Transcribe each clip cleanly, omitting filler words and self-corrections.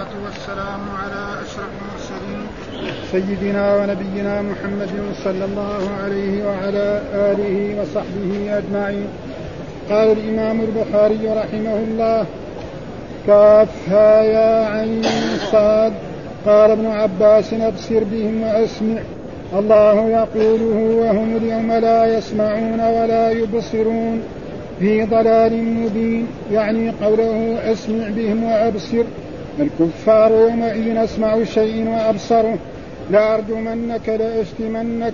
والسلام على أشرف المرسلين سيدنا ونبينا محمد صلى الله عليه وعلى آله وصحبه أجمعين. قال الإمام البخاري رحمه الله: كافها يا عين صاد. قال ابن عباس: أبصر بهم وأسمع. الله يقوله وهم اليوم لا يسمعون ولا يبصرون في ضلال مبين، يعني قوله أسمع بهم وأبصر. الكفار يومئذ أسمع شيء وأبصره. لأرجمنك لأشتمنك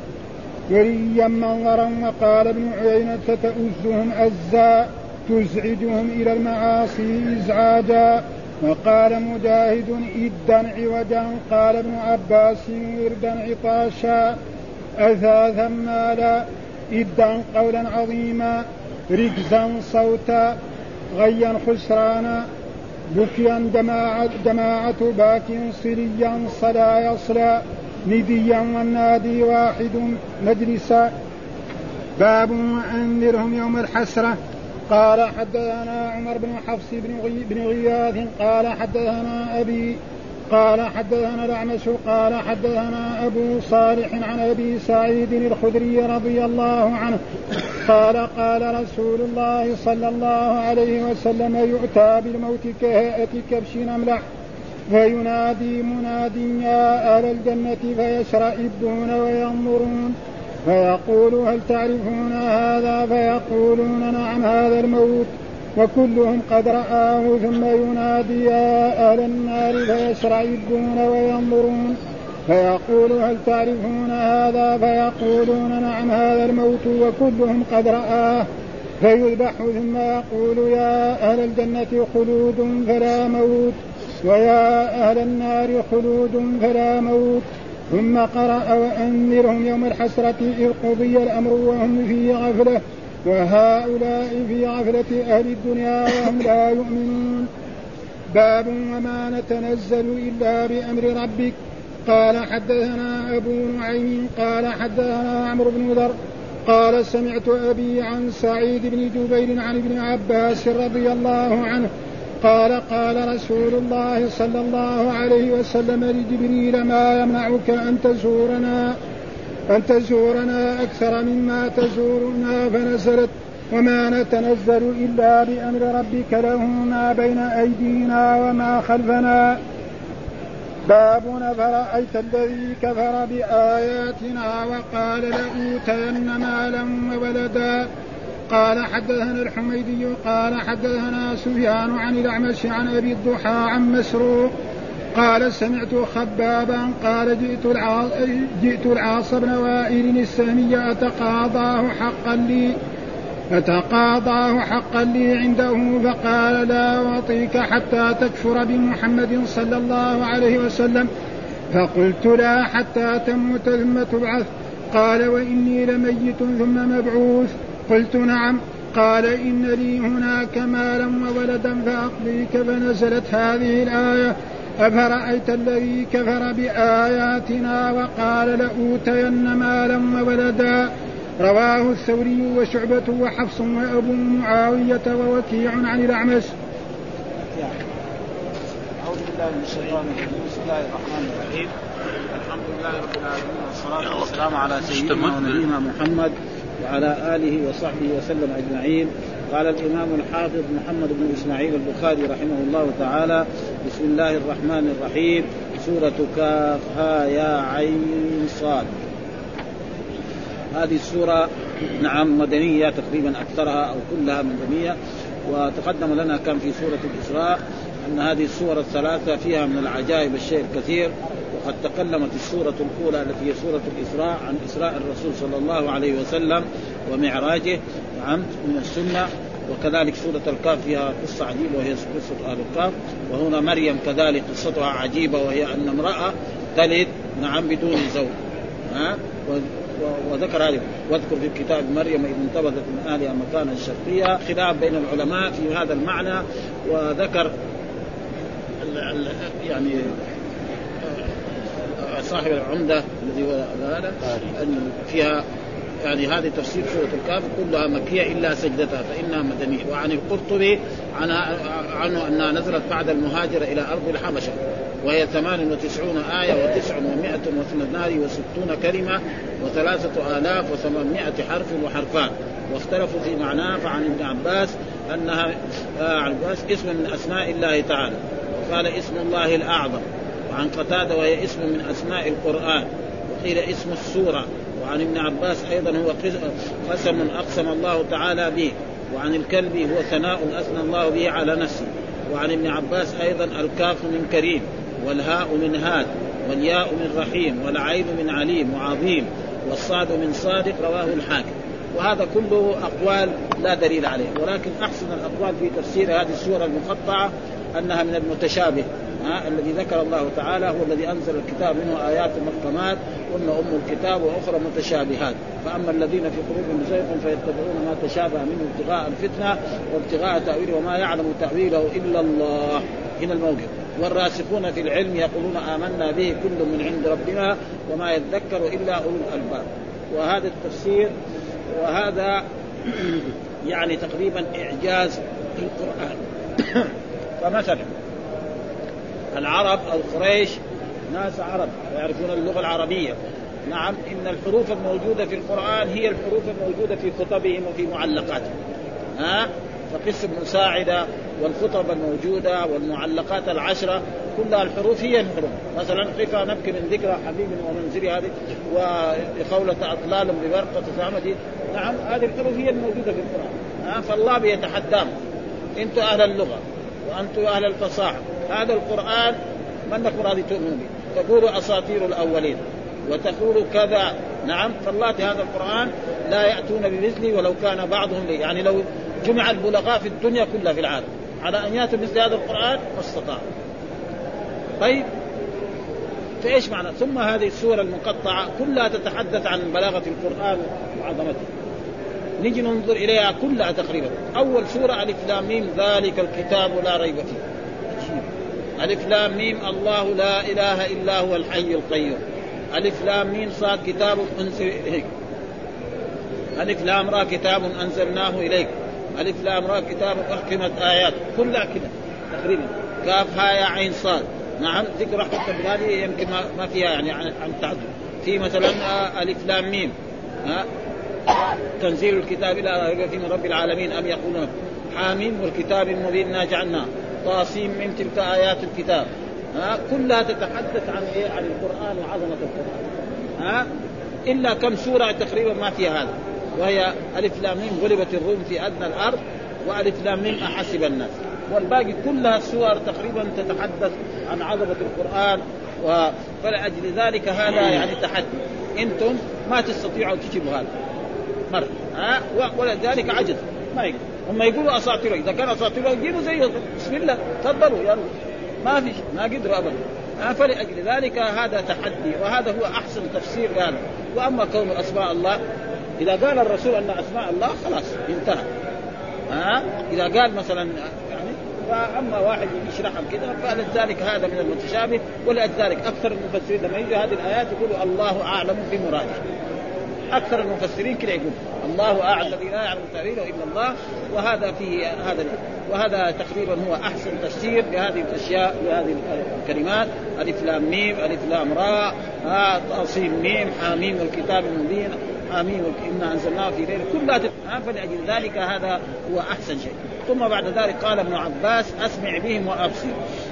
وليا منظرا. وقال ابن عيينة: تؤزهم أزا، تزعجهم إلى المعاصي إزعاجا. وقال مجاهد: إدا عوجا. قال ابن عباس: وردا عطاشا، أثاثا مالا. إدا قولا عظيما، ركزا صوتا، غيا خسرانا، بكيا جماعة باك صليا صلا يصلى، نديا والنادي واحد مجلسا. باب وأنذرهم يوم الحسرة. قال حدثنا عمر بن حفص بن غياث قال حدثنا أبي قال حدثنا الأعمش قال حدثنا أبو صالح عن أبي سعيد الخدري رضي الله عنه قال: قال رسول الله صلى الله عليه وسلم: يؤتى بالموت كهيئة كبش أملح، فينادي مناد: يا أهل الجنة، فيشرئبون وينظرون، فيقول: هل تعرفون هذا؟ فيقولون: نعم، هذا الموت. وكلهم قد رآه. ثم ينادي: يا أهل النار، فيشرئبون وينظرون، فيقول: هل تعرفون هذا؟ فيقولون: نعم، هذا الموت. وكلهم قد رآه. فيذبح ثم يقول: يا أهل الجنة خلود فلا موت، ويا أهل النار خلود فلا موت. ثم قرأ: وأنذرهم يوم الحسرة إذ قضي الأمر وهم في غفلة، وهؤلاء في غفلة أهل الدنيا وهم لا يؤمنون. باب وما نتنزل إلا بأمر ربك. قال حدثنا أبو نعيم قال حدثنا عمرو بن ذر قال: سمعت أبي عن سعيد بن جبير عن ابن عباس رضي الله عنه قال: قال رسول الله صلى الله عليه وسلم لجبريل: ما يمنعك أن تزورنا أكثر مما تزورنا؟ فنزلت: وما نتنزل إلا بأمر ربك له ما بين أيدينا وما خلفنا. باب: فرأيت الذي كفر بآياتنا وقال: لأوتين مالا وولدا. قال حدثنا الحميدي قال حدثنا سفيان عن الأعمش عن أبي الضحى عن مسروق قال: سمعت خبابا قال: جئت العاص بن وائل السهمي أتقاضاه حقا لي عنده، فقال: لا أعطيك حتى تكفر بمحمد صلى الله عليه وسلم. فقلت: لا حتى تموت ثم تبعث. قال: وإني لميت ثم مبعوث. قلت: نعم. قال: إن لي هناك مالا وولدا فأقضيك. فنزلت هذه الآية: أفرأيت الذي كفر بآياتنا وقال: لأوتين مالا وولدا. رواه الثوري وشعبة وحفص وأبو معاوية ووكيع عن الأعمش. أعوذ بالله من الشيطان الرجيم. بسم الله الرحمن الرحيم. الحمد لله رب العالمين، والصلاة والسلام على سيدنا ونبينا محمد وعلى آله وصحبه وسلم أجمعين. قال الإمام الحافظ محمد بن إسماعيل البخاري رحمه الله تعالى: بسم الله الرحمن الرحيم. سورة كافها يا عين صاد. هذه السورة نعم مدنية تقريبا أكثرها أو كلها مدنية. وتقدم لنا كان في سورة الإسراء أن هذه السورة الثلاثة فيها من العجائب الشيء الكثير. وقد تكلمت السورة الأولى التي هي سورة الإسراء عن إسراء الرسول صلى الله عليه وسلم ومعراجه نعم من السنة. وكذلك سورة الكهف فيها قصة عجيبة وهي قصة أهل الكهف. وهنا مريم كذلك قصتها عجيبة، وهي أن امرأة تلد نعم بدون زوج. وذكر هذه: واذكر في الكتاب مريم إذ انتبذت من أهلها مكانا شرقيا. خلاف بين العلماء في هذا المعنى. وذكر يعني صاحب العمدة الذي هو هذا أن فيها يعني هذه تفسير سورة الكهف كلها مكية إلا سجدتها فإنها مدنية. وعن القرطبي عنه أنها نزلت بعد المهاجرة إلى أرض الحبشة وهي 98 آية و962 كلمة و3800 حرف وحرفان واختلفوا في معناه. فعن ابن عباس أنها اسم من أسماء الله تعالى وقال اسم الله الأعظم. وعن قتادة وهي اسم من أسماء القرآن وقيل اسم السورة. وعن ابن عباس أيضا هو قسم أقسم الله تعالى به. وعن الكلب هو ثناء أثنى الله به على نفسه. وعن ابن عباس أيضا الكاف من كريم والهاء من هاد والياء من رحيم والعين من عليم وعظيم والصاد من صادق رواه الحاكم. وهذا كله أقوال لا دليل عليه. ولكن أحسن الأقوال في تفسير هذه السورة المقطعة أنها من المتشابه الذي ذكر الله تعالى هو الذي أنزل الكتاب منه آيات محكمات وإن أم الكتاب وأخرى متشابهات. فأما الذين في قلوبهم زيغ فيتبعون ما تشابه منه ابتغاء الفتنة وابتغاء تأويله وما يعلم تأويله إلا الله. هنا الموقف. والراسخون في العلم يقولون آمنا به كل من عند ربنا وما يذكر إلا أولو الألباب. وهذا التفسير وهذا يعني تقريبا إعجاز في القرآن. فمثلا العرب أو قريش ناس عرب ويعرفون اللغة العربية. نعم إن الحروف الموجودة في القرآن هي الحروف الموجودة في خطبهم وفي معلقاتهم. فقسم مساعدة والخطب الموجودة والمعلقات 10 كلها الحروف هي الحروف. مثلا خفا نبكي من ذكرى حبيب ومنزلي هذه وقولة أطلال ببرقة ثامدي. نعم هذه الحروف هي الموجودة في القرآن. فالله بيتحداهم انتوا أهل اللغة وأنتوا أهل الفصاحة هذا القرآن منكم راضي تؤمنوا به تقولوا أساطير الأولين وتقولوا كذا. نعم فالله هذا القرآن لا يأتون بمثله ولو كان بعضهم لي. يعني لو جمع البلغاء في الدنيا كلها في العالم على أن يأتوا مثل هذا القرآن ما استطاعوا. طيب فإيش معنى؟ ثم هذه السورة المقطعة كلها تتحدث عن بلاغة القرآن وعظمته. نجي ننظر إليها كلها تقريبا. أول سورة ألف لام ميم ذلك الكتاب لا ريب فيه. ألف لام ميم الله لا إله إلا هو الحي القيوم. ألف لام ميم صاد كتاب أنزل إليك. ألف لام را كتاب أنزلناه إليك. ألف لام را كتاب أحكمت آيات كلها كده تقريبا. كاف ها يا عين صاد. نعم ذكر رحمة هذه يمكن ما فيها يعني عن تعدد. في مثلا ألف لام ميم تنزيل الكتاب لا ريب فيه من رب العالمين أم يقولون حاميم والكتاب المبين إنا جعلناه طاسيم من تلك آيات الكتاب. كلها تتحدث عن إيه؟ عن القرآن وعظمة القرآن. إلا كم سورة تقريبا ما فيها هذا وهي ألف لام ميم غلبت الروم في أدنى الأرض وألف لام ميم أحسب الناس. والباقي كلها سور تقريبا تتحدث عن عظمة القرآن. فلأجل ذلك هذا يعني تحدي. أنتم ما تستطيعوا تجيبوا هذا مرة ولذلك عجز ما يقدر. هم يقولوا أساطير إذا كان أساطير يجيبوا زي بسم الله تفضلوا يا ما فيش ما قدروا أبدا. فلأجل ذلك هذا تحدي وهذا هو أحسن تفسير هذا. وأما كون أسماء الله إذا قال الرسول أن أسماء الله خلاص انتهى. إذا قال مثلا يعني فأما واحد يشرحها كده فلذلك هذا من المتشابه. ولذلك أكثر المفسرين لما يجي هذه الآيات يقولوا الله أعلم في مراده. أكثر المفسرين كده يقول الله أعلم الذي لا يعلم تأويله إلا الله. وهذا فيه هذا وهذا تقريبا هو أحسن تفسير لهذه الأشياء لهذه الكلمات. ألف لام ميم ألف لام راء طاسيم ميم حاميم والكتاب المبين حاميم إنا أنزلناه في ليلة كلها. فلأجل ذلك هذا هو أحسن شيء. ثم بعد ذلك قال ابن عباس أسمع بهم وأبصر.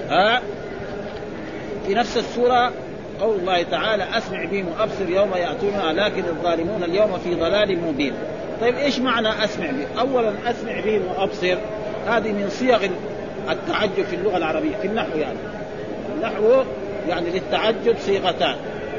في نفس السورة قول الله تعالى أسمع بهم وأبصر يوم يأتوننا لكن الظالمون اليوم في ضلال مبين. طيب إيش معنى أسمع بهم؟ أولا أسمع بهم وأبصر هذه من صيغ التعجب في اللغة العربية في النحو. يعني النحو يعني للتعجب صيغتان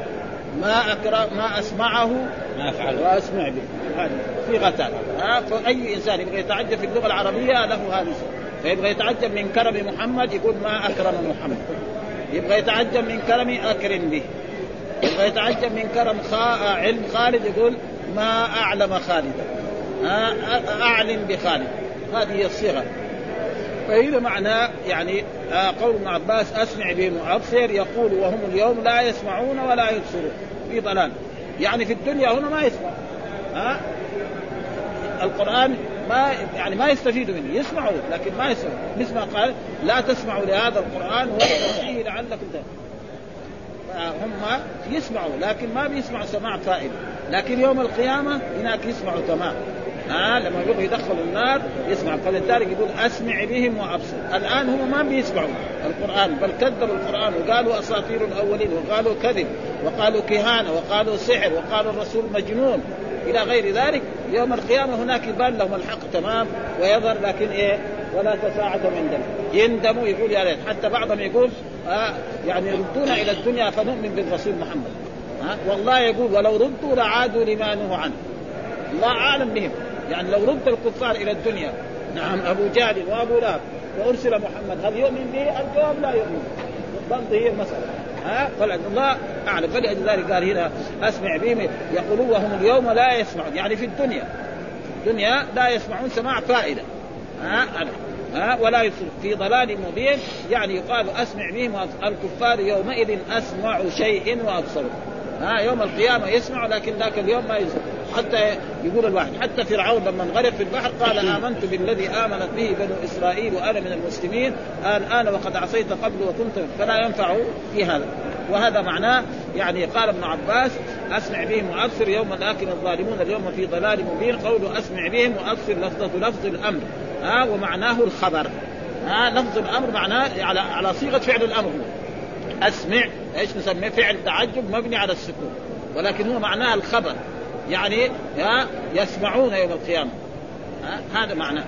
ما أسمعه ما أفعل وأسمع به هذه صيغتان. فأي إنسان يبغى يتعجب في اللغة العربية له هذه صيغة. فيبغى يتعجب من كرم محمد يقول ما أكرم محمد. يبغى يتعجب من كرم أكرم به. يبغى يتعجب من كرم علم خالد يقول ما أعلم خالدا أعلم بخالد. هذه هي الصيغة. فإذا معنى يعني قول ابن عباس أسمع بهم وأبصر يقول وهم اليوم لا يسمعون ولا يبصرون في ضلال. يعني في الدنيا هنا ما يسمع القرآن ما يستفيدوا منه، يسمعوا لكن ما يسمعوا. مثل ما قال لا تسمعوا لهذا القرآن والغوا فيه لعلكم هم يسمعوا لكن ما بيسمعوا سماع فائدة. لكن يوم القيامة هناك يسمعوا تمام. لما يبغوا يدخلوا النار يسمع. فلذلك يقول أسمع بهم وأبصر. الآن هم ما بيسمعوا القرآن بل كذبوا القرآن وقالوا أساطير الأولين وقالوا كذب وقالوا كهانة وقالوا سحر وقالوا الرسول مجنون إلى غير ذلك. يوم القيامة هناك يبان لهم الحق تمام ويظهر، لكن ولا تساعد من دم يندموا. يقول يا ريت حتى بعضهم يقول يعني ردونا إلى الدنيا فنؤمن بالرسول محمد. والله يقول ولو ردوا لعادوا لما نهوا عنه. الله أعلم بهم. يعني لو رد الكفار إلى الدنيا نعم أبو جهل وأبو لهب وأرسل محمد هل يؤمن به؟ الجواب لا يؤمن. بالضبط هي المسألة. فالله أعلم. فلذلك قال هنا أسمع بهم يقولون وهم اليوم لا يسمعون. يعني في الدنيا لا يسمعون سماع فائدة ولا يسمعون في ضلال مبين. يعني يقال أسمع بهم الكفار يومئذ أسمع شيء وأبصر. يوم القيامة يسمع لكن ذاك اليوم ما يسمع. حتى يقول الواحد حتى فرعون لما انغرق في البحر قال آمنت بالذي آمنت به بنو إسرائيل وأنا من المسلمين الآن وقد عصيت قبل وكنت فلا ينفع في هذا. وهذا معناه يعني قال ابن عباس أسمع بهم وأبصر يوم لكن الظالمون اليوم في ضلال مبين. قوله أسمع بهم وأبصر لفظ الأمر ومعناه الخبر. لفظ الأمر معناه على صيغة فعل الأمر. أسمع إيش نسميه؟ فعل تعجب مبني على السكون، ولكن هو معناه الخبر. يعني يسمعون يوم القيامة. هذا معناه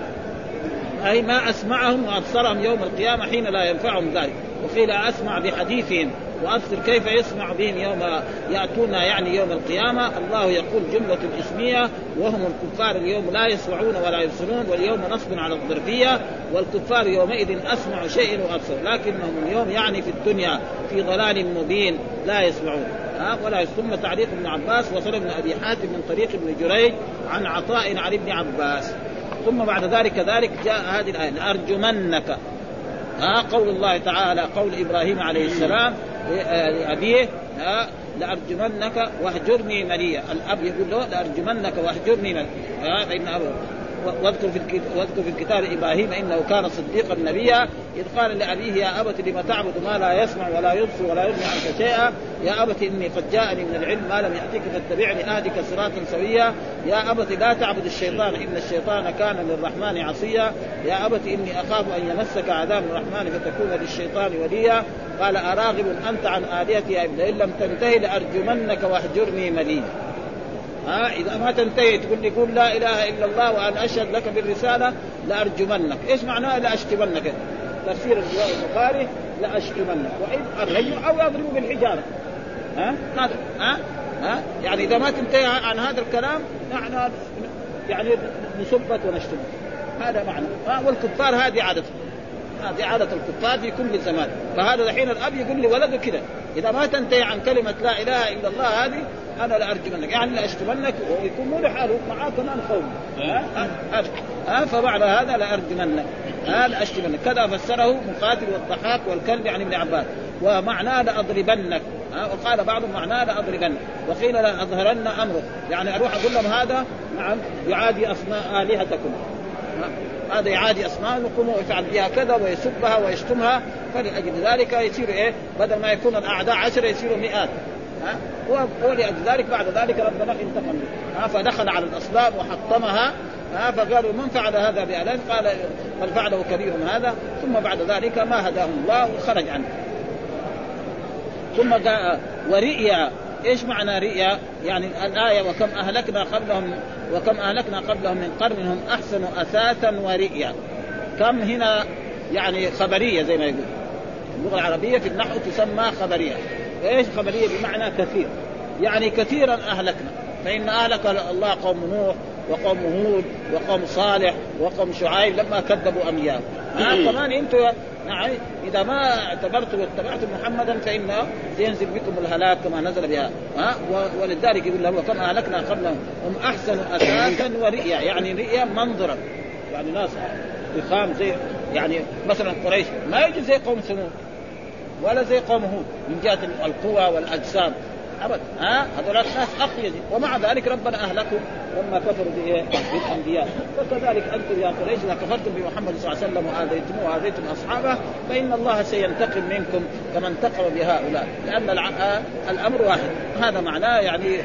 أي ما أسمعهم وأبصرهم يوم القيامة حين لا ينفعهم ذلك. وقيل أسمع بحديثهم وأبصر كيف يسمع بهم يوم يأتونا يعني يوم القيامة. الله يقول جملة اسمية وهم الكفار اليوم لا يسمعون ولا يبصرون واليوم نصب على الظرفية. والكفار يومئذ أسمع شيء وأبصر لكنهم اليوم يعني في الدنيا في ضلال مبين لا يسمعون ولا ثم تعليق ابن عباس وصل ابن أبي حاتم من طريق ابن جريج عن عطاء عن ابن عباس. ثم بعد ذلك جاء هذه الآية لأرجمنك. قول الله تعالى قول إبراهيم عليه السلام لأبيه لأرجمنك واهجرني مليا. الأب يقول له لأرجمنك واهجرني مليا. فإن واذكر في الكتاب إبراهيم إنه كان صديقا نبيا إذ قال لأبيه يا أبت لم تعبد ما لا يسمع ولا يبصر ولا يغني عنك شيئا يا أبت إني قد جاءني من العلم ما لم يأتك فاتبعني أهدك صراطا سويا يا أبت لا تعبد الشيطان إن الشيطان كان للرحمن عصيا يا أبت إني أخاف أن يمسك عذاب الرحمن فتكون للشيطان وليا قال أراغب أنت عن آلهتي يا ابن إن لم تنتهي لأرجمنك واهجرني مليا. إذا ما تنتهي تقول لي قول لا إله إلا الله وأنا أشهد لك بالرسالة لأرجمنك. إيش معناه لأشتمنك؟ تفسير الجواب البخاري لأشتمنك وإن الرجل أو يضرب بالحجارة. يعني إذا ما تنتهي عن هذا الكلام نحن يعني نسبك ونشتمك. هذا معنى. والكفار هذه عادتهم. هذه عادة الكفار في كل زمان. فهذا الحين الأب يقول لي ولده كده إذا ما تنتهي عن كلمة لا إله إلا الله هذه أنا لأرجمنك يعني لأشتمنك ويكون مو لحاله معاه كمان قوم. فبعد هذا لأرجمنك لأشتمنك. كذا فسره مقاتل والضحاك والكلب يعني ابن عباس. ومعناه لأضربنك. وقال بعضهم معناه لأضربنك. وقيل لأظهرن أمره يعني أروح أقول لهم هذا نعم يعادي أسماء آلهتكم. هذا يعادي أصنامكم ويفعل بها كذا ويسبها ويشتمها. فلأجل ذلك يصير بدل ما يكون الأعداء 10 يصيروا 100. ولأجل ذلك بعد ذلك ربنا انتقم فدخل على الأصنام وحطمها. فقالوا من فعل هذا بآلهتنا قال بل فعله كبيرهم هذا. ثم بعد ذلك ما هداهم الله وخرج عنه. ثم قال ورئيا. إيش معنى رئيا؟ يعني الآية وكم أهلكنا قبلهم من قرن هم أحسن أثاثا ورئيا. كم هنا يعني خبرية زي ما يقول اللغة العربية في النحو تسمى خبرية. إيش خبرية؟ بمعنى كثير يعني كثيرا أهلكنا. فإن أهلك الله قوم نوح وقوم هود وقوم صالح وقوم شعيب لما كذبوا أنبياء. كمان أنتم إذا ما اعتبرتم واتبعتم محمدا فإن ينزل بكم الهلاك كما نزل بها. ولذلك يقول له وكم أهلكنا قبلهم هم أحسن أساسا ورئيا يعني رئيا منظرا يعني ناس ضخام زي يعني مثلا قريش ما يجي زي قوم ثمود ولا زي قوم هود من جهة القوى والأجسام. أبدا. هذول الناس أخيز، ومع ذلك ربنا أهلكم لما كفروا بالأنبياء. فكذلك أنتم يا قريش إذا كفرتم بمحمد صلى الله عليه وسلم وآذيتم أصحابه فإن الله سينتقم منكم كما انتقم بهؤلاء، لأن الأمر واحد. هذا معناه يعني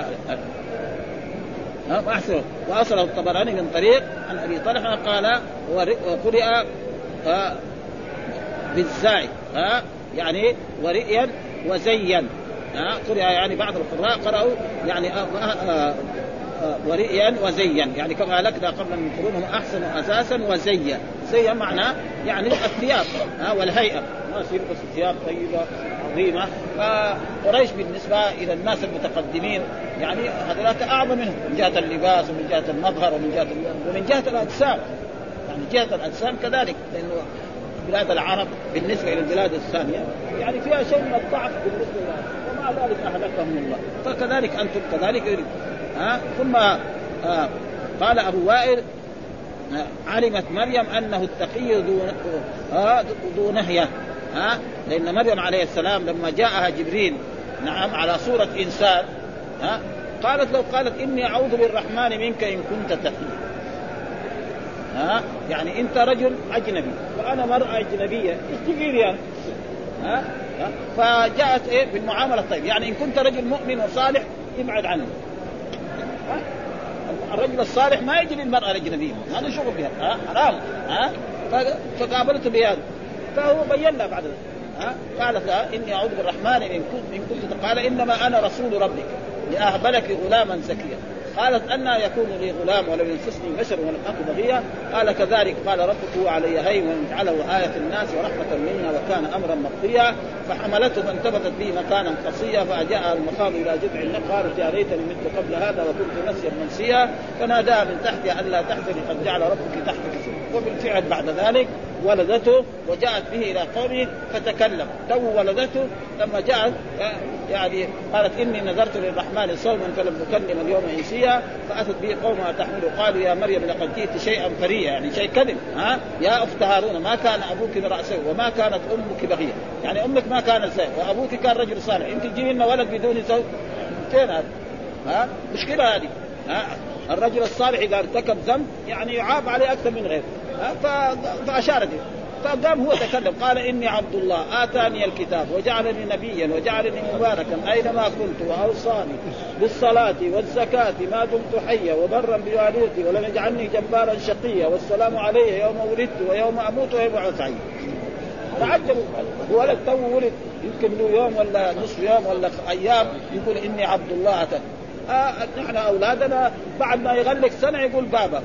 وأصله الطبراني من طريق عن أبي طلحة قال وقرئ بالزاي يعني ورئيا وزيا. قرئ يعني بعض القراء قرأوا يعني ورئيا وزيا، يعني كما لكنا قبل من قرونهم أحسن أساسا وزيا. زيا معناه يعني الثياب والهيئة، ما يلبس ثياب طيبة عظيمة. فقريش بالنسبة إلى الناس المتقدمين يعني هذولاك أعظم منهم من جهة اللباس ومن جهة المظهر ومن جهة الأجسام، يعني جهة الأجسام كذلك، لأنه بلاد العرب بالنسبة إلى البلاد الثانية يعني فيها شيء من الضعف بالنسبة لها، ومع ذلك أهلكهم الله. فكذلك أنتم كذلك. ثم قال أبو وائل علمت مريم أنه التقي ذو نهية، لأن مريم عليه السلام لما جاءها جبريل على صورة إنسان قالت لو قالت إني أعوذ بالرحمن منك إن كنت تقي، يعني أنت رجل أجنبي وأنا مرأة أجنبية تقيل يعني. فجاءت بالمعاملة الطيبة، يعني إن كنت رجل مؤمن وصالح يبعد عنه. الرجل الصالح ما يجي للمرأة الأجنبية، هذا شغل بها حرام. فقابلته بهذا، فهو بين لها بعد قالت لها إني أعوذ بالرحمن إن كنت قال إنما أنا رسول ربك لأهب لك غلاما زكيا. قالت أن يكون لي غلام ولم يمسسني بشر ولم أكن بغيا. قال كذلك قال ربك هو علي هين ونجعله آية الناس ورحمة منا وكان أمرا مقضيا. فحملته فانتبذت به مكانا قصيا فأجاء المخاض إلى جذع النخلة قالت يا ليتني مت قبل هذا وكنت نسيا منسيا. فناداها من تحتها ألا تحزني قد جعل ربك تحتك سريا. وبالفعل بعد ذلك ولدته وجاءت به إلى قومه فتكلم. تو ولدته لما جاءت يعني قالت إني نذرت للرحمن صوما فلم أكلم اليوم إنسيا. فأتت به قومها تحمل قالوا يا مريم لقد جئت شيئا فريا، يعني شيء كذب. يا أخت هارون ما كان أبوك برأسه وما كانت أمك بغيا، يعني أمك ما كانت زي وأبوك كان رجل صالح، أنت تجيب لنا ولد بدون زوج، فين هذا؟ مشكلة هذه. الرجل الصالح إذا ارتكب ذنب يعني يعاب عليه أكثر من غيره. فأشارت فقام هو تكلم قال إني عبد الله آتاني الكتاب وجعلني نبيا وجعلني مباركا أينما كنت وأوصاني بالصلاة والزكاة ما دمت حيا وبرا بوالدتي ولم يجعلني جبارا شقيا والسلام علي يوم ولدت ويوم أموت ويوم أبعث حيا. تعجبوا ولد تو ولد يمكن له يوم ولا نصف يوم ولا أيام يقول إني عبد الله. نحن أولادنا بعد ما يغلق سنة يقول بابا.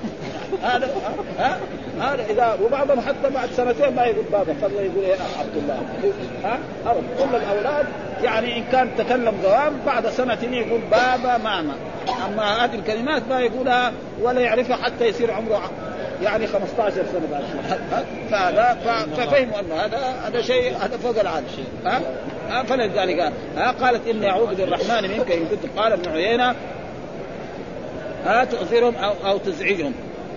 هذا إذا وبعضهم حتى بعد سنتين ما يقول بابا فالله يقول يا عبد الله. كل الأولاد يعني إن كان تكلم دوام بعد سنتين يقول بابا ماما، أما هذه الكلمات ما يقولها ولا يعرفها حتى يصير عمره يعني 15 سنة بعد. فهذا ففهموا أنه هذا شيء هذا فوق العادة. فلذلك قالت إني أعوذ بالرحمن منك إن كنت. قال ابن عيينة تؤثرهم أو تزعجهم.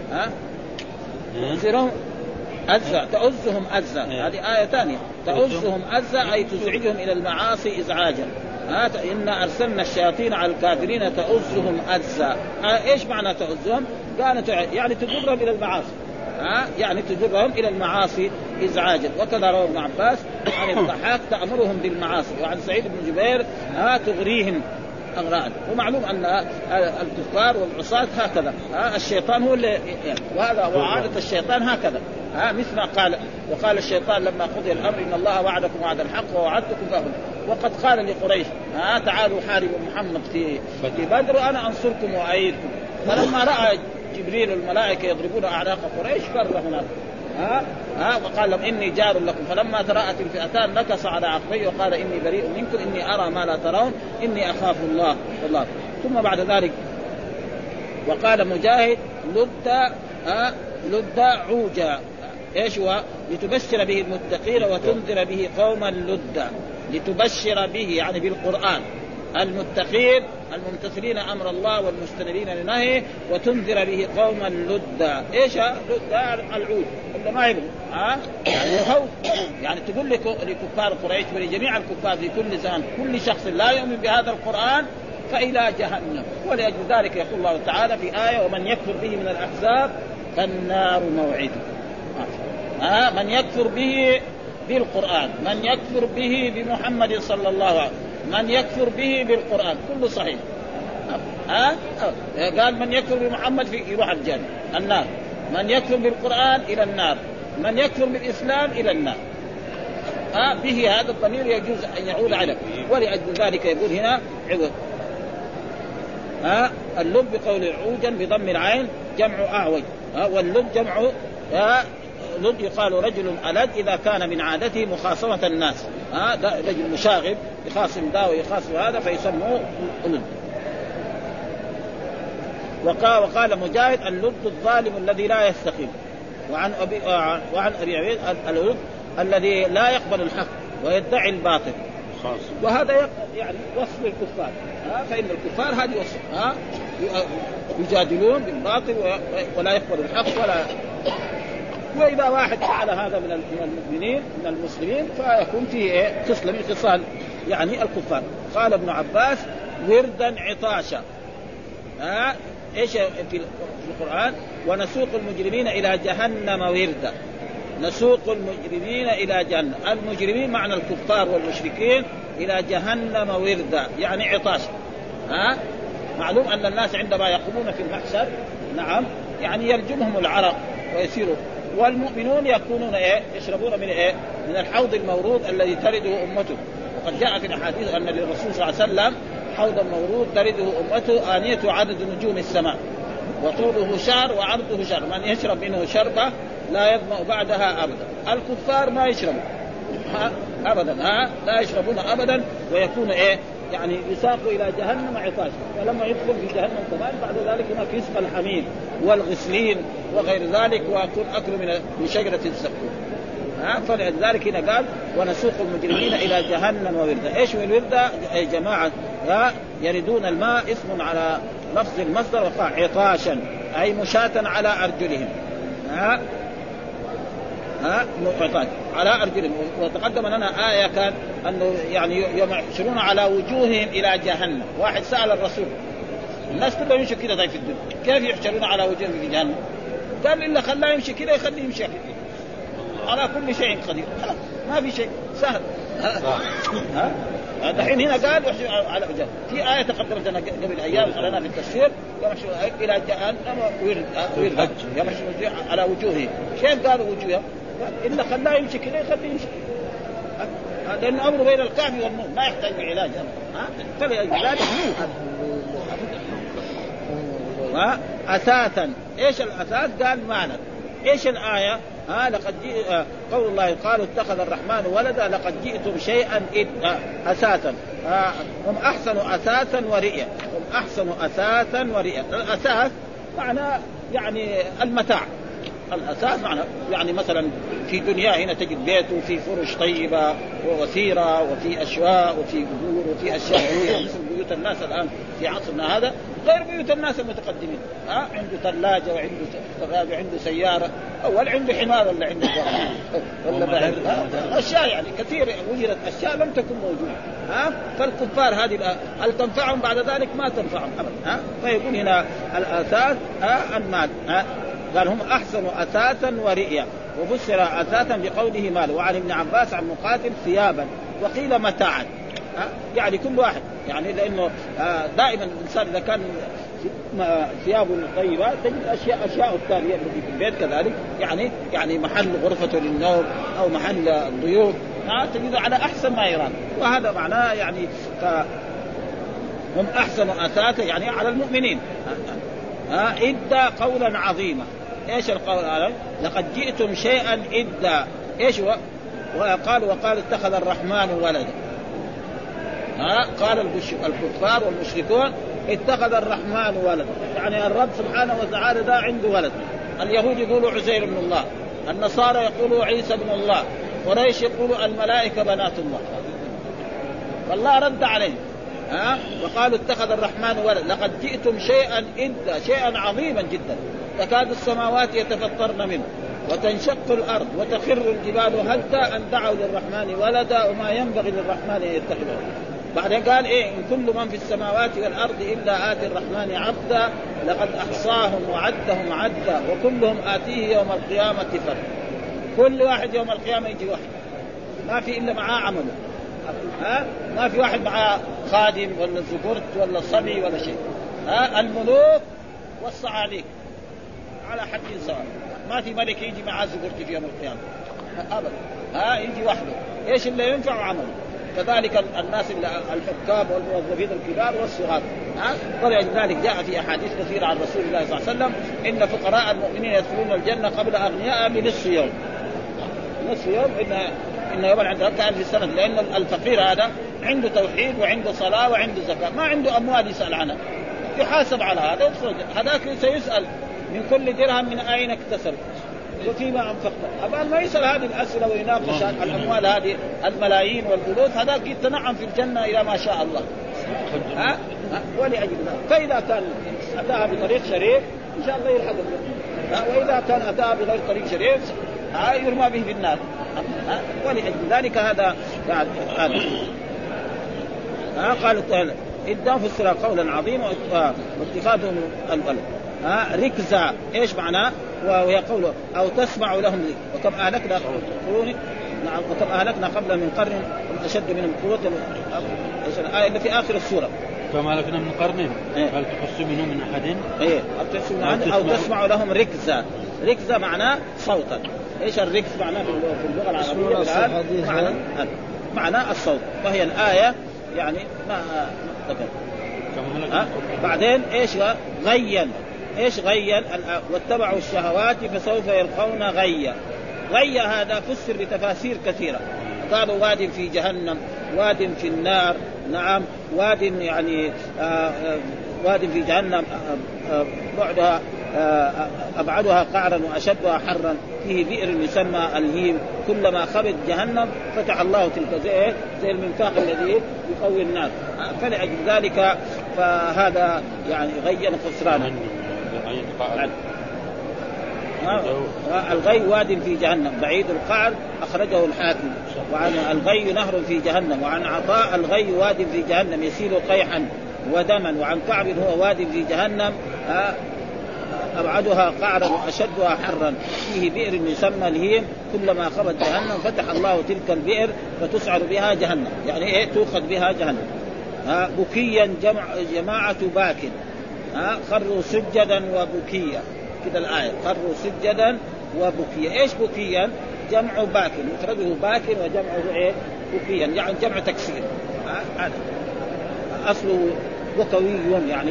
تؤثرهم أزا تؤزهم أزا، هذه آية ثانية. تؤزهم أزا أي تزعجهم إلى المعاصي إزعاجا. إن أرسلنا الشياطين على الكافرين تؤزهم أزا. إيش معنى تؤزهم؟ كانت يعني تجرهم إلى المعاصي، يعني تجرهم إلى المعاصي إزعاجا. وكذا روى ابن عباس عن الضحاك تأمرهم بالمعاصي. وعن سعيد بن جبير تغريهم أغراء. ومعلوم أن الكفار والعصاة هكذا الشيطان هو اللي وهذا هو عادة الشيطان هكذا. مثل ما قال وقال الشيطان لما قضي الأمر إن الله وعدكم وعد الحق ووعدتكم فأخذ. وقد قال لقريش تعالوا حاربوا محمد في بدر أنا أنصركم وأعيدكم. فلما رأى جبريل الملائكة يضربون أعناق قريش فر هناك وقال لهم إني جار لكم. فلما تراءت الفئتان نكص على عقبيه وقال إني بريء منكم إني أرى ما لا ترون إني أخاف الله والله. ثم بعد ذلك وقال مجاهد لد عوجا. إيش هو؟ لتبشر به المتقين وتنذر به قوما لدا. لتبشر به يعني بالقرآن المتقين الممتثلين أمر الله والمجتنبين لنهيه وتنذر به قوما لدا. إيش لدا؟ العود اللي ما يبغوا يعني خوف. يعني تقول لكفار قريش ولجميع الكفار في كل زمان كل شخص لا يؤمن بهذا القرآن فإلى جهنم. ولأجل ذلك يقول الله تعالى في آية ومن يكفر به من الأحزاب فالنار موعده. من يكفر به بالقرآن، من يكفر به بمحمد صلى الله عليه وسلم، من يكفر به بالقرآن كله صحيح. قال من يكفر بمحمد يروح الجنة النار، من يكفر بالقرآن إلى النار، من يكفر بالإسلام إلى النار. به هذا الضمير يجوز أن يعود عليه. ولأجل ذلك يقول هنا عوض. اللب بقول عوجا بضم العين جمع أعوج. واللب جمع لد يقال رجل ألد إذا كان من عادته مخاصمة الناس. رجل مشاغب يخاصم دا ويخاصم هذا فيسموه لد. وقال مجاهد اللد الظالم الذي لا يستقيم. وعن أبي عبيد اللد الذي لا يقبل الحق ويدعي الباطل. وهذا يعني وصف الكفار. فإن الكفار هذه وصف يجادلون بالباطل ولا يقبل الحق ولا. وإذا واحد فعل هذا من المؤمنين من المسلمين فيكون فيه خصلة من خصال يعني الكفار. قال ابن عباس وردا عطاشا. إيش في القرآن ونسوق المجرمين إلى جهنم وردا. نسوق المجرمين إلى جهنم. المجرمين معنى الكفار والمشركين إلى جهنم وردا يعني عطاشا. معلوم أن الناس عندما يقومون في المحشر نعم يعني يلجمهم العرق ويسيروا. والمؤمنون يكونون يشربون من الحوض المورود الذي ترده أمته. وقد جاء في الحديث أن للرسول صلى الله عليه وسلم حوض مورود ترده أمته آنيته عدد نجوم السماء وطوله شهر وعرضه شهر. من يشرب منه شربة لا يظمأ بعدها أبدا. الكفار ما يشربون أبدا لا يشربون أبدا ويكون يعني يساق إلى جهنم عطاشا. ولما يدخل في جهنم كمان بعد ذلك هناك يسقى الحميم والغسلين وغير ذلك ويكون أكل من شجرة الزقوم. فلذلك هنا قال ونسوق المجرمين إلى جهنم وردا. إيش من الوردة يا جماعة؟ يردون الماء اسم على لفظ المصدر وقع عطاشا أي مشاة على أرجلهم. على أرجلهم. وتقدم لنا آية كان أنه يعني يحشرون على وجوههم إلى جهنم. واحد سأل الرسول الناس كلهم يمشي كده في الدنيا كيف يحشرون على وجوههم في جهنم؟ قال إلا خلاه يمشي كده يخليه يمشي كده على كل شيء قدير. ما في شيء سهل. دحين هنا قال على وجه. في آية تقدمت لنا قبل أيام قرأنا في التفسير يمشي إلى جهنم ورد يمشي على وجوههم. كيف قالوا وجوههم؟ إلا خلاه يمشي كده يخليه يمشي لأن أمره بين الكعب والنوم ما يحتاج علاج. فلذلك أساسا. إيش الأساس؟ قال معنى إيش الآية؟ لقد قول الله قالوا اتخذ الرحمن ولدا لقد جئتم شيئا أساسا. هم أحسن أساسا ورئيا. هم أحسن أساسا ورئيا. الأساس معنى يعني المتاع. الأساس معنى يعني مثلا في دنيا هنا تجد بيت وفي فرش طيبة ووثيرة وفي أشواء وفي قبور وفي أشياء مثل بيوت الناس الآن في عصرنا هذا غير بيوت الناس المتقدمين. عنده ثلاجة وعنده ثلاجة وعنده سيارة أول عنده حمار ولا عنده ولا بعير أشياء يعني كثير وجدت أشياء لم تكن موجودة. فالكفار هذه هل تنفعهم بعد ذلك؟ ما تنفعهم أبدا. فيقول هنا الأساس المال. قال هم أحسن أساسا ورئيا. وفسر أساسا بقوله مال. وعن ابن عباس عن مقاتل ثيابا وقيل متاعا. يعني كل واحد يعني لأنه دائما الإنسان إذا كان ثيابه طيبة تجد أشياء الثانية في البيت كذلك يعني محل غرفته للنوم أو محل الضيوف تجد على أحسن ما يراد. وهذا معناه يعني هم أحسن أساسا يعني على المؤمنين. إدى قولا عظيما. إيش القول هذا؟ لقد جئتم شيئا إدى. إيش هو؟ وقال اتخذ الرحمن ولدا. قال الكفار والمشركون اتخذ الرحمن ولدا يعني الرب سبحانه وتعالى ذا عنده ولد. اليهود يقولوا عزير ابن الله، النصارى يقولوا عيسى ابن الله، قريش يقولوا الملائكة بنات الله. فالله رد عليه وقالوا اتخذ الرحمن ولد لقد جئتم شيئا إدا، شيئا عظيما جدا، تكاد السماوات يتفطرن منه وتنشق الأرض وتخر الجبال هدا أن دعوا للرحمن ولدا وما ينبغي للرحمن أن يتخذ. بعدين قال إيه إن كل من في السماوات والأرض إلا آتي الرحمن عبدا لقد أحصاهم وعدهم عدا وكلهم آتيه يوم القيامة فردا. كل واحد يوم القيامة يجي واحد ما في إلا معاه عمله، ما في واحد معاه خادم ولا زبرت ولا صبي ولا شيء. الملوك والصعاليك على حد سواء، ما في ملك يجي معاه زبرت في يوم القيامة أبدا، يجي وحده. إيش اللي ينفع عمله؟ كذلك الناس الحكام والموظفين الكبار والصغار. ولذلك جاء في أحاديث كثيرة عن رسول الله صلى الله عليه وسلم إن فقراء المؤمنين يدخلون الجنة قبل أغنياء بنصف يوم. نصف يوم إن يوم عند كان في السنة، لأن الفقير هذا عنده توحيد وعنده صلاة وعنده زكاة، ما عنده أموال يسأل عنها، يحاسب على هذا. هذاك سيسأل من كل درهم من أين اكتسب وفيما أنفقته. أبان ما يسأل هذه الأسئلة ويناقش الأموال هذه الملايين والألوف، هذاك يتنعم في الجنة إلى ما شاء الله. ولأجل ذلك فإذا كان أتاها بطريق شريف إن شاء الله يلحق الجنة، وإذا كان أتاها بغير طريق شريف يرمى به في النار. ولأجل ذلك هذا قالوا إدام في السراء قولا عظيما واتخاذهم الولد. ركزة إيش معناه؟ وهي قوله أو تسمع لهم وكم أهلكنا قرون، وكم أهلكنا قبل من قرن أشد منهم قوة. الآية اللي في آخر السورة كم أهلكنا من قرن هل تحس منهم من أحد؟ أو تسمع لهم ركزة. ركزة معناه صوتا. إيش الركز معناه في اللغة العربية؟ معناه الصوت. وهي الآية يعني ما بعدين إيش غيّن. إيش غيّن؟ واتبعوا الشهوات فسوف يلقون غيّا. غيّا هذا فسر بتفاسير كثيرة. قالوا واد في جهنم، واد في النار، نعم واد يعني واد في جهنم بعدها أبعدها قعرا وأشدها حرا فيه بئر يسمى الهيم كلما خبت جهنم فتح الله تلك زي المنفاخ الذي يقوي الناس. فلأجل ذلك فهذا يعني غيّن خسرانا. الغي واد في جهنم بعيد القعر أخرجه الحاكم. وعن الغي نهر في جهنم. وعن عطاء الغي واد في جهنم يسيل قيحا ودما. وعن كعب هو واد في جهنم أبعدها قعرا وأشدها حرا فيه بئر يسمى الهيم كلما خبت جهنم فتح الله تلك البئر فتسعر بها جهنم، يعني إيه تؤخذ بها جهنم. بكيا جماعة باك خروا سجدا وبكيا كده الآية خروا سجدا وبكيا. إيش بكيا؟ جمع باك، مفرده باك وجمعه إيه بكيا، يعني جمع تكسير. أصله بكوي يعني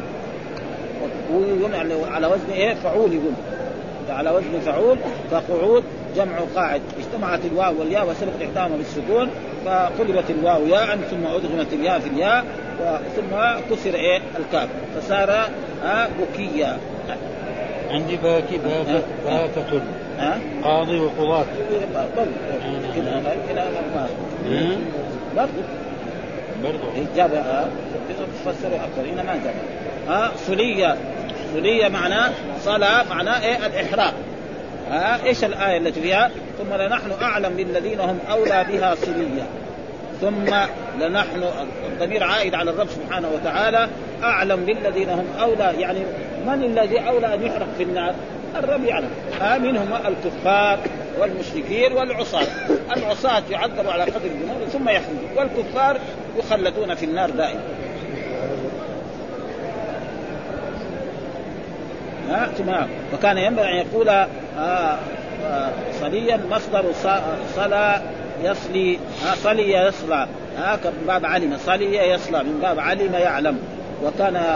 على وزن إيه فعول، يقول على وزن فعول. فقعود جمع قاعد اجتمعت الواو والياء وسبقت إحداهما بالسكون فقلبت الواو ياء ثم أدغمت الياء في الياء ثم كسر إيه الكاف فصار بكيا. عندي باكي باكة قاضي وقضاة برضو جاب تفسر أكثر هنا ما جاب. صلية معناه صلاة معناه إيه الإحراق. إيش الآية التي فيها ثم لنحن أعلم بالذين هم أولى بها صلية. ثم لنحن الضمير عائد على الرب سبحانه وتعالى أعلم بالذين هم أولى، يعني من الذي أولى أن يحرق في النار؟ الرب يعلم. منهم الكفار والمشركين والعصاة. العصاة يعذبوا على قدر الذنوب ثم يخرجون، والكفار يخلدون في النار دائما. تمام. وكان ينبغي أن يقول صليا مصدر صلى يصلي، صلي يصلى، من باب علم، صلي يصلى من باب علم يعلم. وكان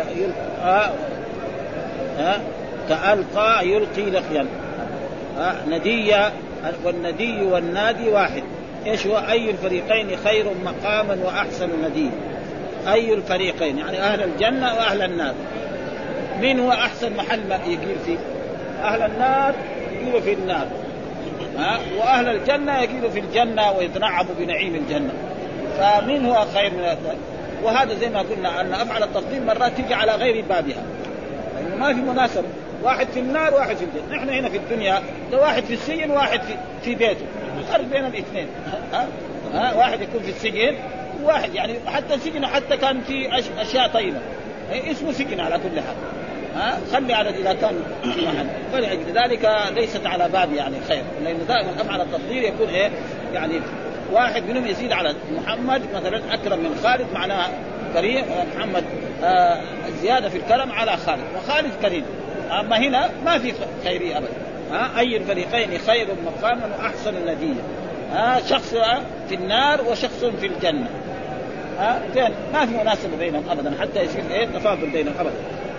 كألقى يلقي لقيا. ندية، والندي والنادي واحد. إيش هو؟ أي الفريقين خير مقاما وأحسن ندي. أي الفريقين يعني أهل الجنة وأهل النار. من هو أحسن محل يقيل فيه؟ أهل النار يقيلوا في النار، وأهل الجنة يقيلوا في الجنة ويتنعموا بنعيم الجنة. فمن هو خير من الثاني؟ وهذا زي ما قلنا أن أفعل التفضيل مرات تيجي على غير بابها، لأنه ما في مناسبة، واحد في النار واحد في الجنة. نحن هنا في الدنيا ده واحد في السجن واحد في بيته، فرق بين الاثنين. واحد يكون في السجن وواحد يعني حتى السجن حتى كان في أشياء طيبة اسمه سجن على كل حال. خلي على إذا كان في محل، فلذلك ليست على باب يعني خير، لأن دائما أفعل التفضيل يكون إيه يعني واحد منهم يزيد على محمد مثلا أكرم من خالد، معناه كريم. محمد زيادة في الكرم على خالد، وخالد كريم. أما هنا ما في خيرية أبدا. أي الفريقين خير مقاما وأحسن نديا. شخص في النار وشخص في الجنة. ما في مناسبة بينهم أبدا حتى يصير إيه تفاضل بينهم أبدا.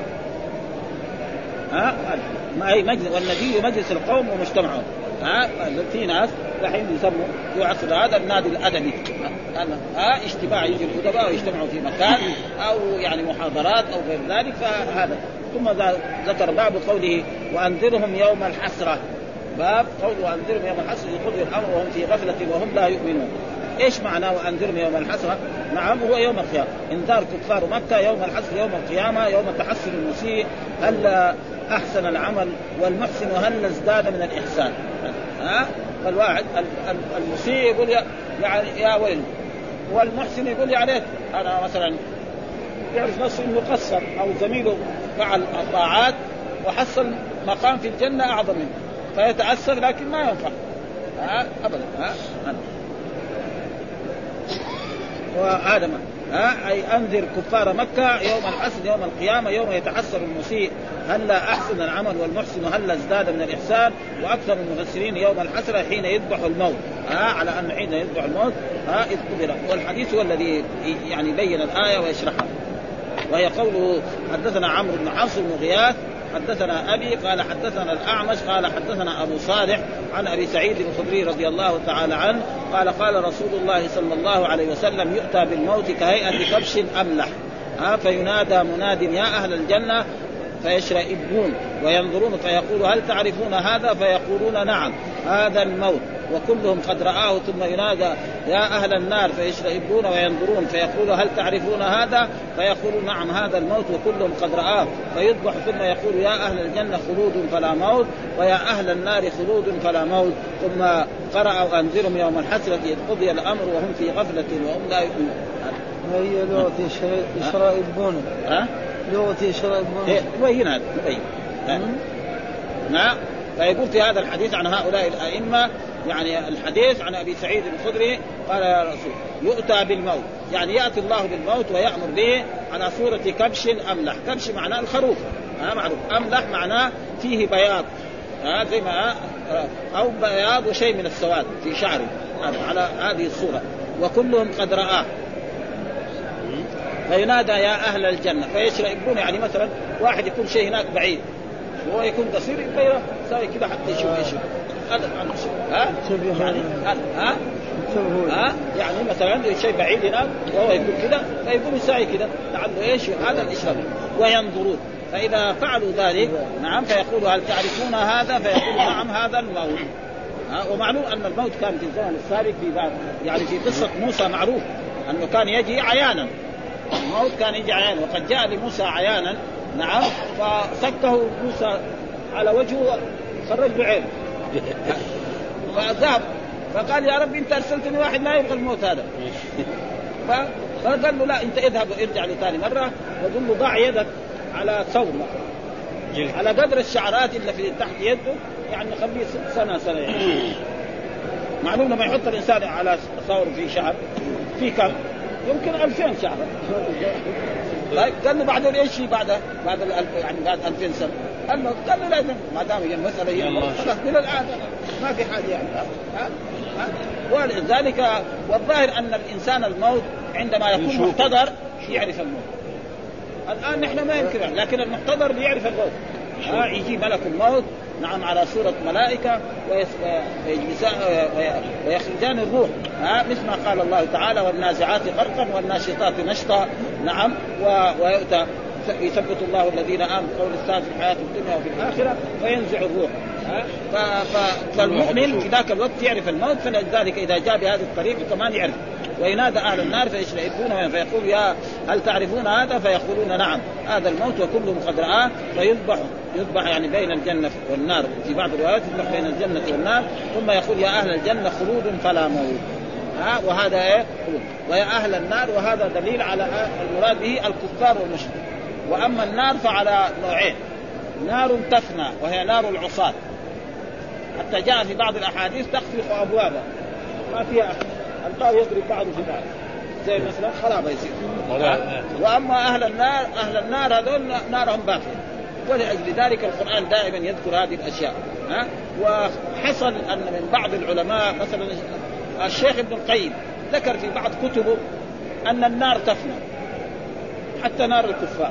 ما أي مجلس، والنبي مجلس القوم ومجتمعهم. في ناس الحين يسموا في عصر هذا النادي الأدبي. اجتماع يجي الأدباء ويجتمعوا في مكان أو يعني محاضرات أو غير ذلك. فهذا ثم ذكر باب قوله وأنذرهم يوم الحسرة. باب قوله وأنذرهم يوم الحسرة يقضي الأمر وهم في غفلة وهم لا يؤمنون. إيش معناه وأنذرهم يوم الحسرة؟ نعم هو يوم القيامة، إنذار كفار مكة يوم الحسرة يوم القيامة، يوم تحسن المسيء هل أحسن العمل والمحسن هل ازداد من الإحسان. فالواحد المسيء يقول يعني يا ويل، والمحسن يقول يا ريت أنا مثلا يعرف نفسه إنه قصر أو زميله فعل الطاعات وحصل مقام في الجنة أعظم منه فيتأسف لكن ما ينفع أبدا. وهذا أي أنذر كفار مكة يوم الحسن يوم القيامة يوم يتحسر المسيء هل أحسن العمل والمحسن هل ازداد من الإحسان. وأكثر المفسرين يوم الحسرة حين يذبح الموت على أن حين يذبح الموت إذ قدر. والحديث هو الذي يعني بين الآية ويشرحها. وهي قوله حدثنا عمرو بن حفص بن غياث حدثنا أبي قال حدثنا الأعمش قال حدثنا أبو صالح عن أبي سعيد الخدري رضي الله تعالى عنه قال قال رسول الله صلى الله عليه وسلم يؤتى بالموت كهيئة كبش أملح فينادى مناد يا أهل الجنة فيشرئبون وينظرون فيقول هل تعرفون هذا فيقولون نعم هذا الموت وكلهم قد رآه. ثم ينادى يا أهل النار فيشرئبون وينظرون فيقول هل تعرفون هذا فيقولون نعم هذا الموت وكلهم قد رآه. فيذبح ثم يقول يا أهل الجنة خلود فلا موت ويا أهل النار خلود فلا موت. ثم قرأ أنذرهم يوم الحسرة إذ قضي الأمر وهم في غفلة وهم لا يؤمنون. هي لغة يشرئبون لغة يشرئبون يبين هذا يبين. نعم. فيقول في هذا الحديث عن هؤلاء الأئمة يعني الحديث عن أبي سعيد الخدري قال يا رسول يؤتى بالموت يعني يأتي الله بالموت ويأمر به على صورة كبش أملح. كبش معناه الخروف معروف، أملح معناه فيه بياض زي ما أو بياض وشيء من السواد في شعره على هذه الصورة وكلهم قد رآه. فينادى يا أهل الجنة فيشرئبون يعني مثلا واحد يكون شيء هناك بعيد وهو يكون قصير يبقى سوي كذا حتى يشوف هذا يعني مثلا شيء بعيد هناك وهو يكون كذا فيقول يساوي كذا لعله ايش هذا الاشراف وينظرون. فاذا فعلوا ذلك نعم فيقولوا هل تعرفون هذا فيقولوا نعم هذا الموت. ومعلوم ان الموت كان في الزمن السابق في يعني في قصه موسى معروف انه كان يجي عيانا. الموت كان يجي عيانا وقد جاء لموسى عيانا نعم فسكه موسى على وجهه خرج له عين فذهب فقال يا رب انت ارسلتني واحد لا يبغى الموت هذا. فقال له لا انت اذهب وارجع لثاني مره وقل له ضع يدك على ثور على قدر الشعرات اللي في تحت يده يعني خليه 6 سنه يعني. معلوم لما يحط الانسان على ثور في شعر في كم يمكن 2000 شعر. قال له بعدين ايش بعد يعني بعد 2000 سنه قال له لازم ما دام هي المساله هي خلاص من الان ما في حاجه يعني. ولذلك والظاهر ان الانسان الموت عندما يكون محتضر يعرف الموت. الان نحن ما يمكن لكن المحتضر بيعرف الموت. يجي ملك الموت نعم على صورة ملائكة ويخرجان الروح مثل ما قال الله تعالى والنازعات غرقا والناشطات نشطا نعم ويؤتى يثبت الله الذين آمنوا قول الثالث في الحياة الدنيا وفي الآخرة فينزع الروح. فالمؤمن في ذاك الوقت يعرف الموت فلذلك إذا جاء بهذه الطريقة كمان يعرف وينادى أهل النار فيشرئبون فيقول يا هل تعرفون هذا فيقولون نعم هذا الموت وكلهم قد رآه يذبح يعني بين الجنة والنار في بعض الروايات يذبح بين الجنة والنار ثم يقول يا أهل الجنة خلود فلا موت وهذا إيه ويا أهل النار وهذا دليل على المراد به الكفار والمشركين. وأما النار فعلى نوعين نار تفنى وهي نار العصاة حتى جاء في بعض الأحاديث تخفق أبوابها ما فيها القاء يضرب بعض في بعض زي مثلا خرابة يصير. وأما أهل النار هذول نارهم باقية ولأجل ذلك القرآن دائما يذكر هذه الأشياء. وحصل أن من بعض العلماء مثلا الشيخ ابن القيم ذكر في بعض كتبه أن النار تفنى حتى نار الكفار.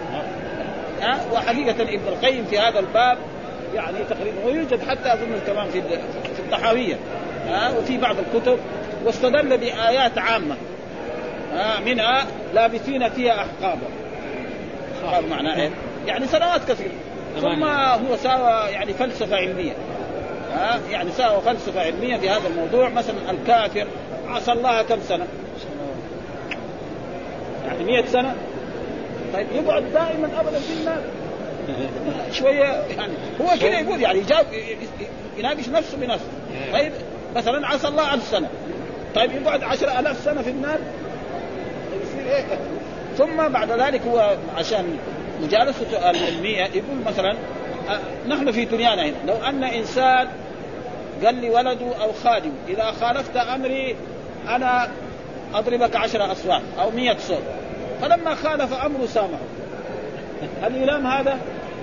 وحقيقة ابن القيم في هذا الباب يعني تقريبا ويوجد حتى أظن كمان في الطحاوية وفي بعض الكتب واستدل بآيات عامة منها لابثين فيها أحقابا. معناه إيه؟ يعني سنوات كثيرة. ثم هو ساوى يعني فلسفة علمية يعني ساوى فلسفة علمية في هذا الموضوع. مثلا الكافر عصى الله كم سنة يعني 100 سنة طيب يقعد دائما أبدا في النار شوية يعني هو كده يقول يعني يجاوب يناقش نفسه بنفسه. طيب مثلا عصى الله 1000 سنة طيب يقعد 10,000 سنة في النار يصير إيه؟ ثم بعد ذلك هو عشان مجالسة العلمية يقول مثلا نحن في دنيانا هنا لو أن إنسان قال لي ولده أو خادم إذا خالفت أمري أنا أضربك 10 أصوات أو 100 صوت فلما خالف أمره سامحه هل يلام هذا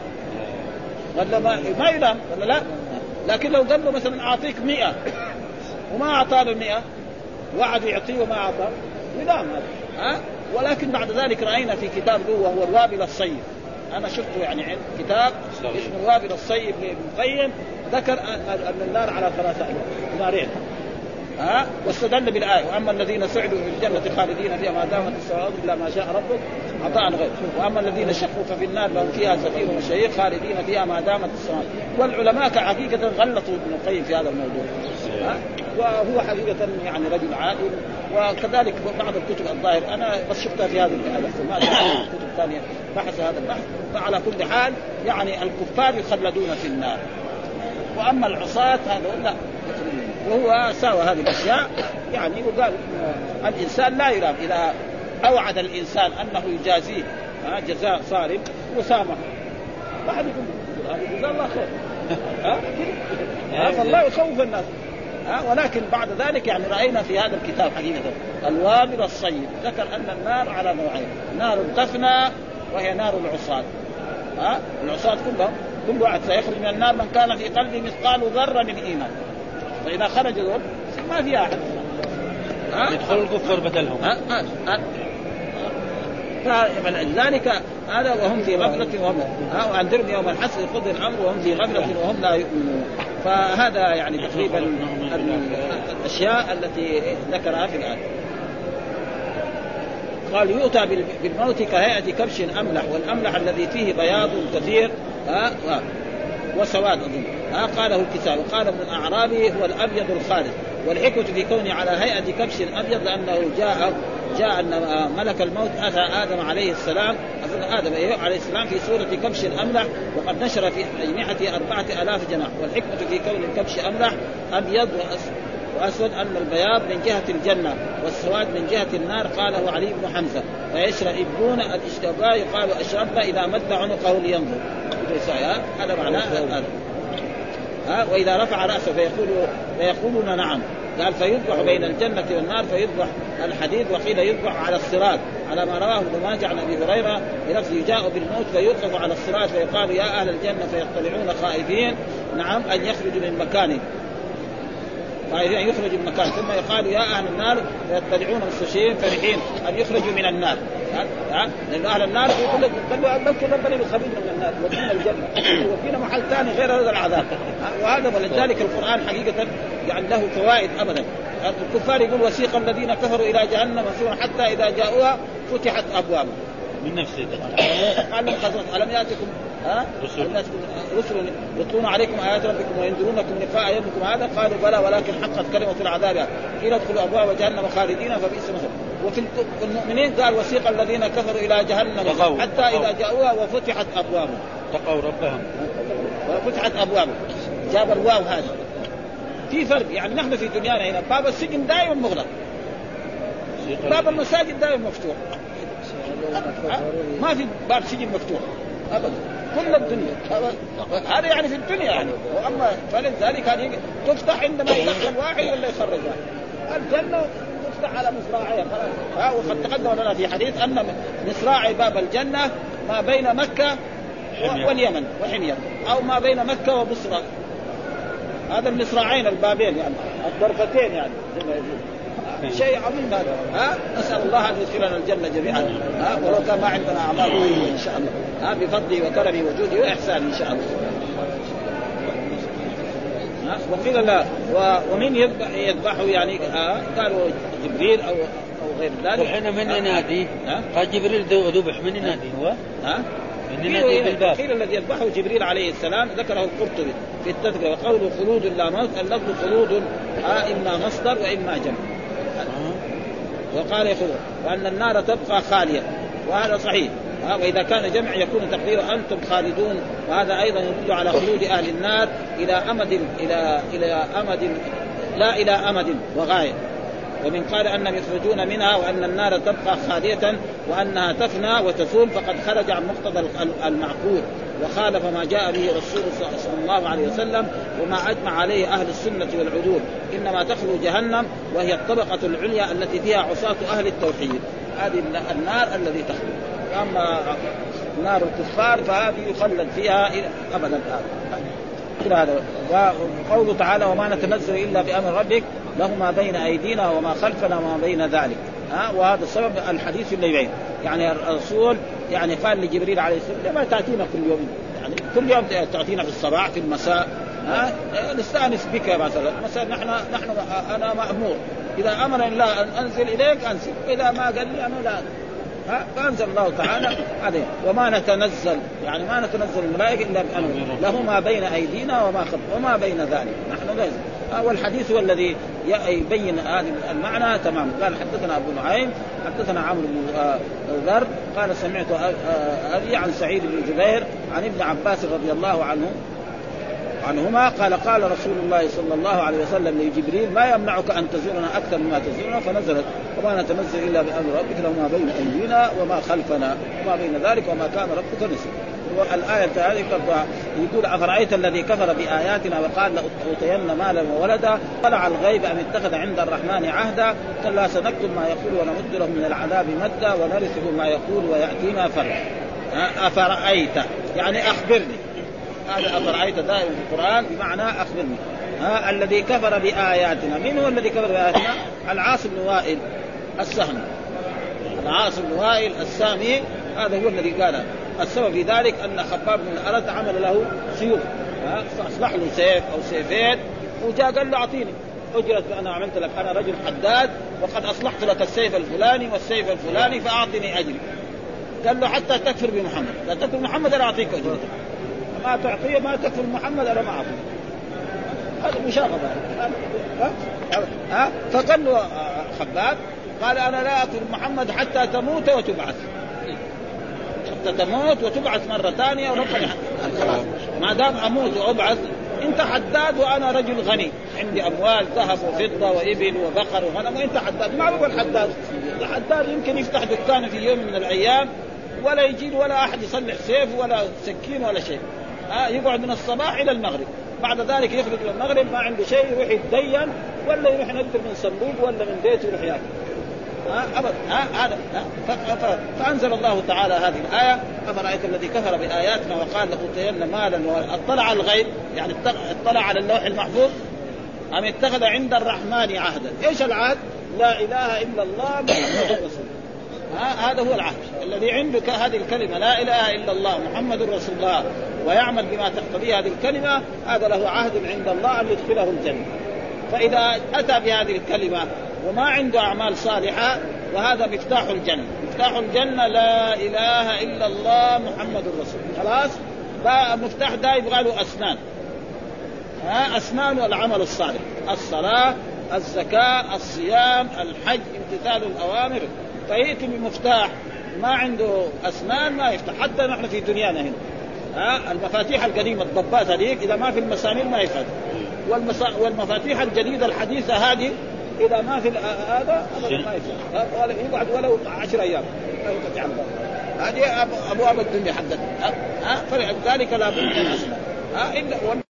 ولا ما يلام ولا لا؟ لكن لو قال له مثلا أعطيك 100 وما أعطاه 100 وعد يعطيه وما أعطاه يلام هذا. ولكن بعد ذلك رأينا في كتاب له وهو الوابل الصيب أنا شفته يعني كتاب اسمه الوابل الصيب لابن القيم ذكر أن النار على 3 نارين واستدل بالآية وأما الذين سعدوا في الجنة خالدين فيها ما دامت السماوات إلا ما شاء ربك عطاء غير وأما الذين شقوا ففي النار لهم فيها زفير وشهيق خالدين فيها ما دامت السماوات. والعلماء حقيقة غلطوا ابن القيم في هذا الموضوع وهو حقيقة يعني رجل عادل. وكذلك بعض الكتب الظاهر أنا بس شفتها في هذا ما كتب ثانية بحث هذا البحث. فعلى كل حال يعني الكفار يخلدون في النار وأما العصاة هذا لا. وهو ساوى هذه الأشياء يعني وقال الإنسان لا يرام إذا أوعد الإنسان أنه يجازيه جزاء صارم وسامح واحد يقول جزاه الله خير فالله يخوف الناس. ولكن بعد ذلك يعني رأينا في هذا الكتاب حقيقة الوابل الصيب ذكر أن النار على نوعين نار تفنى وهي نار العصاة. العصاة كل واحد سيخرج من النار من كان في قلبه مثقال ذرة من إيمان فإذا خرج دول ما في أحد يدخل الكفر بدلهم. فلذلك هذا وهم في غفلة وهم وأنذرهم يوم الحسر خذ الأمر وهم في غفلة وهم لا يؤمنون. فهذا يعني تقريبا الأشياء التي ذكرها في الآية. قال يؤتى بالموت كهيئة كبش أملح والأملح الذي فيه بياض كثير وسواد أظن قاله الكتاب. وقال ابن الأعرابي هو الأبيض الخالد والحكمة في كونه على هيئة كبش أبيض لأنه جاء أن ملك الموت أتى آدم عليه السلام آدم عليه السلام في صورة كبش أملح وقد نشر في أجنحته 4000 جناح. والحكمة في كون الكبش أملح أبيض وأسود أن البياض من جهة الجنة والسواد من جهة النار. قاله علي بن حمزة فيشربون الاشتباه يقال أشرب إذا مد عنقه لينظر هذا معناه هذا. وإذا رفع رأسه فيقولون نعم. قال فيذبح بين الجنة والنار فيذبح الحديد وقيل يذبح على الصراط على ما رواه ابن ماجه عن أبي هريرة بلفظ يجاء بالموت فيوقف على الصراط فيقال يا أهل الجنة فيطلعون خائفين نعم أن يخرجوا من مكانه يخرج من مكان ثم يقال يا أهل النار فيطلعون مستشيرين فرحين أن يخرجوا من النار. لأن أهل النار يقول لك بلك ربنا يخرجنا من النار ودينا الجنة وفينا محل ثاني غير هذا العذاب. وهذا ولذلك القرآن حقيقة يعني له فوائد أبدا. الكفار يقول وسيق الذين كفروا إلى جهنم مسيرا حتى إذا جاءوها فتحت أبوابها من نفسه قال لهم ألم يأتكم رسل يتلون عليكم آيات ربكم وينذرونكم لقاء يومكم هذا قالوا بلى ولكن حقت كلمة العذاب قيل ادخلوا أبواب جهنم خالدين فبئس مثوى. وفي المؤمنين قال وسيق الذين كفروا إلى جهنم حتى إذا جاءوها وفتحت أبوابها اتقوا ربهم وفتحت أبوابها. جاب الواو هذا. في فرق يعني نحن في دنيانا هنا باب السجن دائما مغلق، باب المساجد دائما مفتوح، ما في باب سجن مفتوح أبدا كل الدنيا. هذا يعني في الدنيا يعني. وأما فلذلك هذه تفتح عندما يدخل واحد ولا يخرج واحد. الجنة تفتح على مصراعيها خلاص. وقد تقدم لنا في حديث أن مصراعي باب الجنة ما بين مكة واليمن وحمير، أو ما بين مكة وبصرى. هذا المصراعين البابين يعني الضرفتين يعني شيء عظيم هذا. نسأل الله أن يدخلنا الجنة جميعا ولو كان ما عندنا أعمال إن شاء الله بفضله وكرمه وجوده وإحسانه إن شاء الله. وقيل لا ومن يذبحه يعني قالوا جبريل أو غير ذلك. وحين من ينادي قال جبريل ذبح من ينادي هو من ينادي بالباب. قيل الذي يذبحه جبريل عليه السلام ذكره القرطبي في التذكرة وقوله خلود لا موت. اللفظ خلود إما مصدر وإما جمع. وقال يخلود وأن النار تبقى خالية وهذا صحيح. وإذا كان جمع يكون تقديره أنتم خالدون. وهذا أيضا يدل على خلود أهل النار إلى أمد لا إلى أمد وغاية. ومن قال أنهم يخرجون منها وأن النار تبقى خالية وأنها تفنى وتزول فقد خرج عن مقتضى المعقول وخالف ما جاء به رسول صلى الله عليه وسلم وما أجمع عليه أهل السنة والعدول. إنما تخلو جهنم وهي الطبقة العليا التي فيها عصاة أهل التوحيد. هذه النار الذي تخلو. أما نار الكفار فهذه يخلد فيها أبدا. هذا وقوله تعالى وما نتنزل إلا بأمر ربك له ما بين أيدينا وما خلفنا وما بين ذلك. وهذا السبب الحديث اللي يبين يعني الرسول يعني قال لجبريل عليه السلام ما تأتينا كل يوم يعني كل يوم تأتينا في الصباح في المساء نستأنس بك مثلا نحن أنا مأمور إذا أمر الله أن أنزل إليك أنزل إذا ما قال لي أنا لا. فأنزل الله تعالى عليه وما نتنزل يعني ما نتنزل الملائكة إلا بأمر له ما بين أيدينا وما خلفنا وما بين ذلك نحن لازم. والحديث هو الذي يبين هذا المعنى تمام. قال حدثنا أبو نعيم حدثنا عمرو بن ذر قال سمعت أبي عن سعيد بن جبير عن ابن عباس رضي الله عنهما قال رسول الله صلى الله عليه وسلم لجبريل ما يمنعك أن تزورنا أكثر مما تزورنا فنزلت وما نتنزل إلا بأمر ربك له ما بين أيدينا وما خلفنا وما بين ذلك وما كان ربك نسيا. والآية هذه يقول أفرأيت الذي كفر بآياتنا وقال لأوتين مالا وولدا طلع الغيب أم اتخذ عند الرحمن عهدا كلا سنكتب ما يقول ونمد له من العذاب مدا ونرثه ما يقول ويأتينا فردا. أفرأيت يعني أخبرني. هذا أفرأيت دائما في القرآن بمعنى أخبرني. الذي كفر بآياتنا. من هو الذي كفر بآياتنا؟ العاص بن وائل السهمي. العاص بن وائل السامي هذا هو الذي قال. السبب في ذلك أن خباب بن الأرت عمل له سيوف فأصلح له سيف أو سيفين وجاء قال له أعطيني أجرت أنا عملت لك أنا رجل حداد وقد أصلحت لك السيف الفلاني والسيف الفلاني فأعطني أجري. قال له حتى تكفر بمحمد لا تكفر محمد أنا أعطيك أجرتك ما تعطيه ما تكفر محمد أنا ما أعطيك. هذا مشاغبة. فقال له خباب قال أنا لا أكفر محمد حتى تموت وتبعث حتى تموت وتبعث مرة ثانية وربنا خلاص ما دام أموت وأبعث أنت حداد وأنا رجل غني عندي أموال ذهب وفضة وإبل وبقر وغنم وأنت حداد. ما هو الحداد؟ الحداد يمكن يفتح دكان في يوم من الأيام ولا يجي ولا أحد يصلح سيف ولا سكين ولا شيء. يقعد من الصباح إلى المغرب بعد ذلك يخرج إلى المغرب ما عنده شيء يروح يتدين ولا يروح ينزل من صندوق ولا من بيته يروح ياكل. هذا فأنزل الله تعالى هذه الآية أفرأيت الذي كفر بآياتنا وقال لأوتين مالا اطلع على الغيب يعني اطلع على اللوح المحفوظ أم اتخذ عند الرحمن عهدا. إيش العهد؟ لا إله إلا الله محمد رسول الله. هذا هو العهد الذي عندك هذه الكلمة لا إله إلا الله محمد رسول الله ويعمل بما تقتضيه هذه الكلمة هذا له عهد عند الله أن يدخله الجنة. فإذا أتى بهذه الكلمة وما عنده أعمال صالحة وهذا مفتاح الجنة. مفتاح الجنة لا إله إلا الله محمد رسول الله. خلاص فالمفتاح ده يبغى له أسنان، أسنان العمل الصالح، الصلاة، الزكاة، الصيام، الحج، امتثال الأوامر. فيأتي بمفتاح ما عنده أسنان ما يفتح. حتى نحن في دنيانا هنا المفاتيح القديمة الضبات هذيك إذا ما في المسامير ما يفتح، والمفاتيح الجديدة الحديثة هذه إذا ما في هذا ما يفتح، يقعد ولو 10 أيام لا يفتح عنه. هذه أبواب الدنيا حقتنا، فلذلك لا بد من الأسنان.